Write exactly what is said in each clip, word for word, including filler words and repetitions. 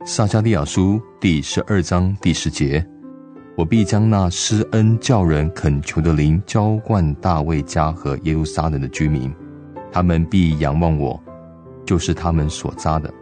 撒迦利亚书第十二章第十节，我必将那施恩叫人恳求的灵浇灌大卫家和耶路撒冷的居民，他们必仰望我，就是他们所扎的。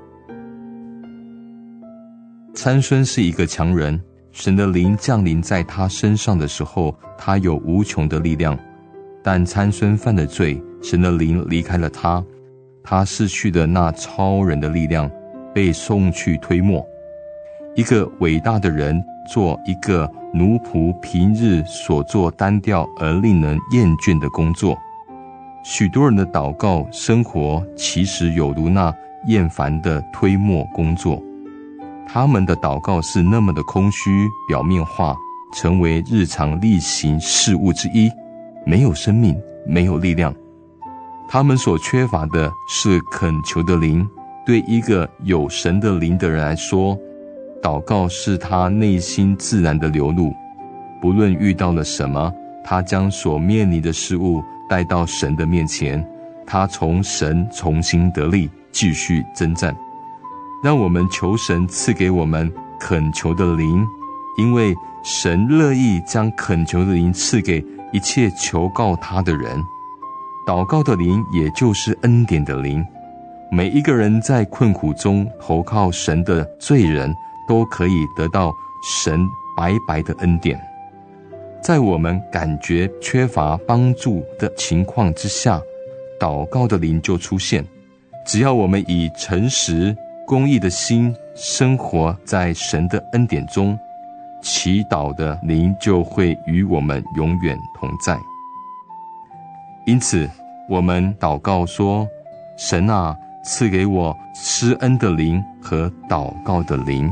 参孙是一个强人，神的灵降临在他身上的时候，他有无穷的力量。但参孙犯了罪，神的灵离开了他，他失去了那超人的力量，被送去推磨。一个伟大的人做一个奴仆平日所做单调而令人厌倦的工作。许多人的祷告生活其实有如那厌烦的推磨工作，他们的祷告是那么的空虚表面化，成为日常例行事物之一，没有生命，没有力量。他们所缺乏的是恳求的灵。对一个有神的灵的人来说，祷告是他内心自然的流露。不论遇到了什么，他将所面临的事物带到神的面前，他从神重新得力，继续征战。让我们求神赐给我们恳求的灵，因为神乐意将恳求的灵赐给一切求告他的人。祷告的灵也就是恩典的灵，每一个人在困苦中投靠神的罪人，都可以得到神白白的恩典。在我们感觉缺乏帮助的情况之下，祷告的灵就出现。只要我们以诚实公义的心生活在神的恩典中，祈祷的灵就会与我们永远同在。因此我们祷告说，神啊，赐给我施恩的灵和祷告的灵。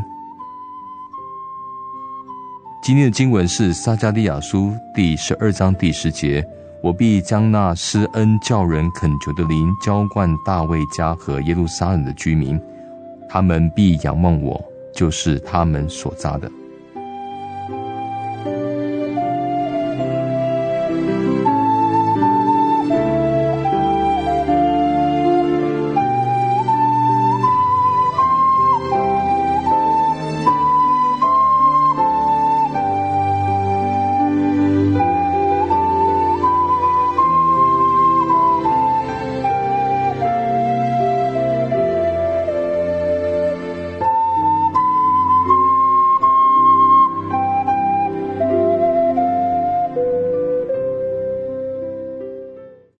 今天的经文是撒迦利亚书第十二章第十节，我必将那施恩叫人恳求的灵浇灌大卫家和耶路撒冷的居民，他们必仰望我，就是他们所扎的。